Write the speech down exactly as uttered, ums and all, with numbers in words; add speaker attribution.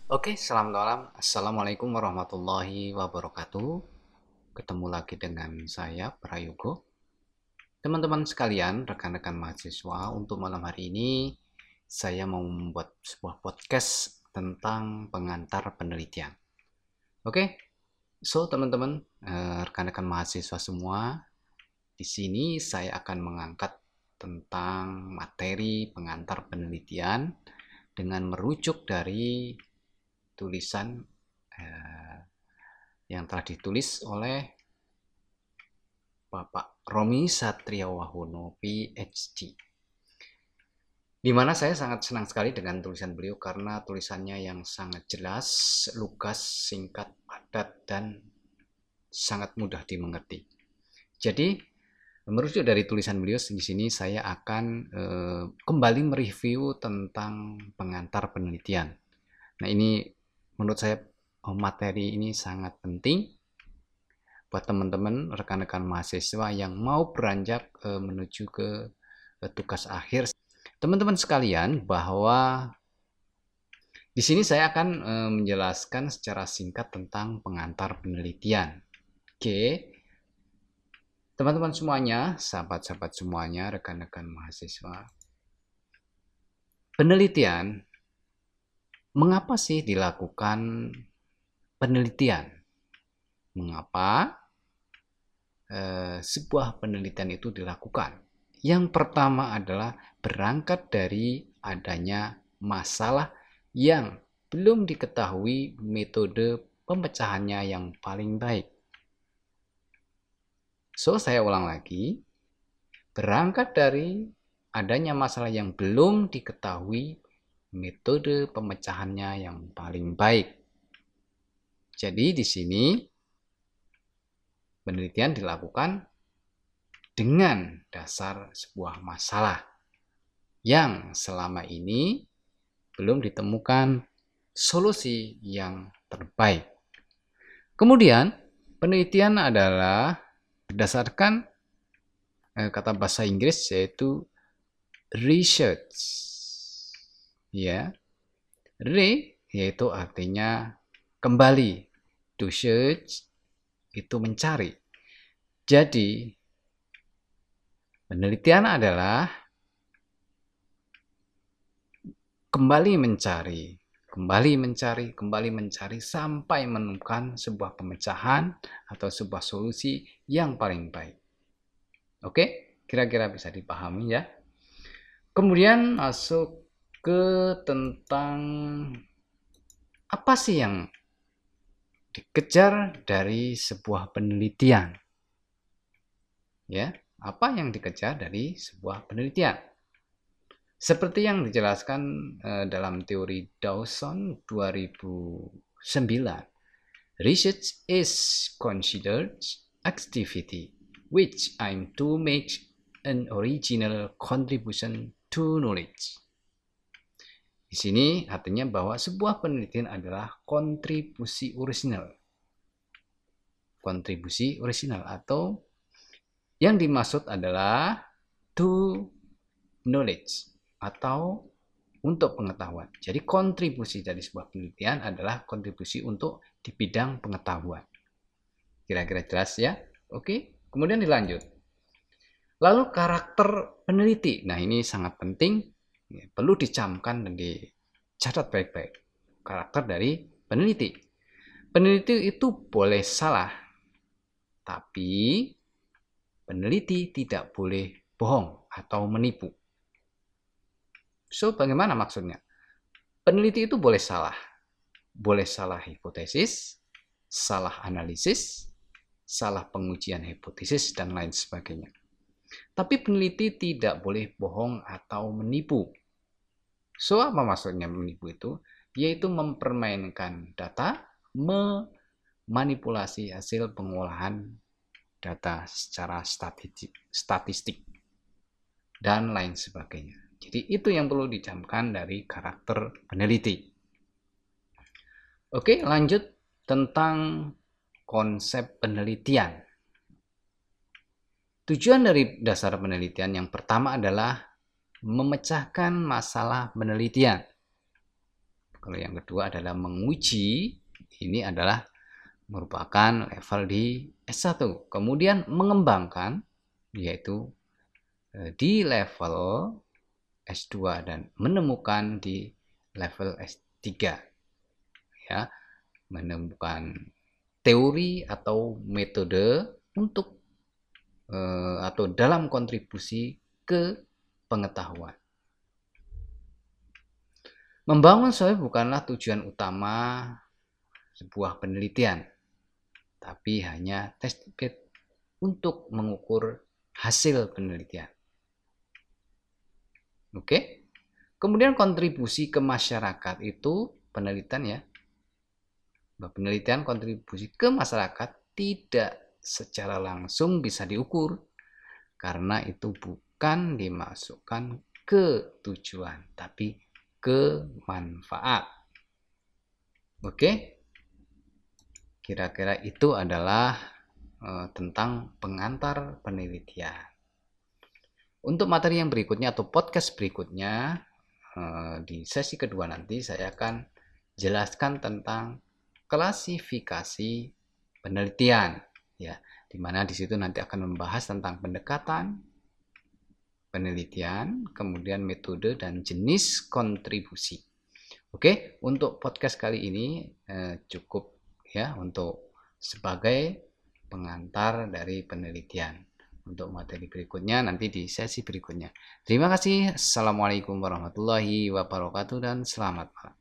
Speaker 1: Oke, selamat malam. Assalamualaikum warahmatullahi wabarakatuh. Ketemu lagi dengan saya, Prayogo. Teman-teman sekalian, rekan-rekan mahasiswa, untuk malam hari ini saya mau membuat sebuah podcast tentang pengantar penelitian. Oke, so teman-teman, eh, rekan-rekan mahasiswa semua, di sini saya akan mengangkat tentang materi pengantar penelitian dengan merujuk dari tulisan eh, yang telah ditulis oleh Bapak Romi Satriawahono, P H D. Di mana saya sangat senang sekali dengan tulisan beliau karena tulisannya yang sangat jelas, lugas, singkat, padat, dan sangat mudah dimengerti. Jadi, merujuk dari tulisan beliau di sini saya akan eh, kembali mereview tentang pengantar penelitian. Nah, ini menurut saya materi ini sangat penting buat teman-teman rekan-rekan mahasiswa yang mau beranjak e, menuju ke e, tugas akhir. Teman-teman sekalian, bahwa di sini saya akan e, menjelaskan secara singkat tentang pengantar penelitian. Oke. Teman-teman semuanya, sahabat-sahabat semuanya, rekan-rekan mahasiswa. Penelitian, mengapa sih dilakukan penelitian? Mengapa eh, sebuah penelitian itu dilakukan? Yang pertama adalah berangkat dari adanya masalah yang belum diketahui metode pemecahannya yang paling baik. So, saya ulang lagi. Berangkat dari adanya masalah yang belum diketahui metode pemecahannya yang paling baik. Jadi di sini penelitian dilakukan dengan dasar sebuah masalah yang selama ini belum ditemukan solusi yang terbaik. Kemudian, penelitian adalah berdasarkan eh, kata bahasa Inggris yaitu research. Ya. Re yaitu artinya kembali. To search itu mencari. Jadi, penelitian adalah kembali mencari, kembali mencari, kembali mencari sampai menemukan sebuah pemecahan atau sebuah solusi yang paling baik. Oke, kira-kira bisa dipahami ya. Kemudian masuk ke tentang apa sih yang dikejar dari sebuah penelitian. Ya, apa yang dikejar dari sebuah penelitian? Seperti yang dijelaskan uh, dalam teori Dawson dua ribu sembilan, research is considered activity which aim to make an original contribution to knowledge. Di sini artinya bahwa sebuah penelitian adalah kontribusi orisinal. Kontribusi orisinal atau yang dimaksud adalah to knowledge atau untuk pengetahuan. Jadi kontribusi dari sebuah penelitian adalah kontribusi untuk di bidang pengetahuan. Kira-kira jelas ya? Oke, kemudian dilanjut. Lalu karakter peneliti. Nah, ini sangat penting. Ya, perlu dicamkan dan dicatat baik-baik. Karakter dari peneliti. Peneliti itu boleh salah, tapi peneliti tidak boleh bohong atau menipu. So, bagaimana maksudnya? Peneliti itu boleh salah. Boleh salah hipotesis, salah analisis, salah pengujian hipotesis, dan lain sebagainya. Tapi peneliti tidak boleh bohong atau menipu. So, apa maksudnya menipu itu? Yaitu mempermainkan data, memanipulasi hasil pengolahan data secara statistik, statistik dan lain sebagainya. Jadi itu yang perlu dicamkan dari karakter peneliti. Oke, lanjut tentang konsep penelitian. Tujuan dari dasar penelitian yang pertama adalah memecahkan masalah penelitian. Kalau yang kedua adalah menguji, ini adalah merupakan level di S satu. Kemudian mengembangkan, yaitu di level S dua dan menemukan di level S tiga. Ya, menemukan teori atau metode untuk eh, atau dalam kontribusi ke pengetahuan. Membangun software bukanlah tujuan utama sebuah penelitian, tapi hanya test bed untuk mengukur hasil penelitian. Oke. Kemudian kontribusi ke masyarakat itu penelitian ya. Penelitian kontribusi ke masyarakat tidak secara langsung bisa diukur karena itu bukan dimasukkan ke tujuan, tapi ke manfaat. Oke, kira-kira itu adalah uh, tentang pengantar penelitian. Untuk materi yang berikutnya atau podcast berikutnya, uh, di sesi kedua nanti saya akan jelaskan tentang klasifikasi penelitian, ya, dimana di situ nanti akan membahas tentang pendekatan penelitian, kemudian metode dan jenis kontribusi. Oke, untuk podcast kali ini eh, cukup ya untuk sebagai pengantar dari penelitian. Untuk materi berikutnya nanti di sesi berikutnya. Terima kasih. Assalamualaikum warahmatullahi wabarakatuh dan selamat malam.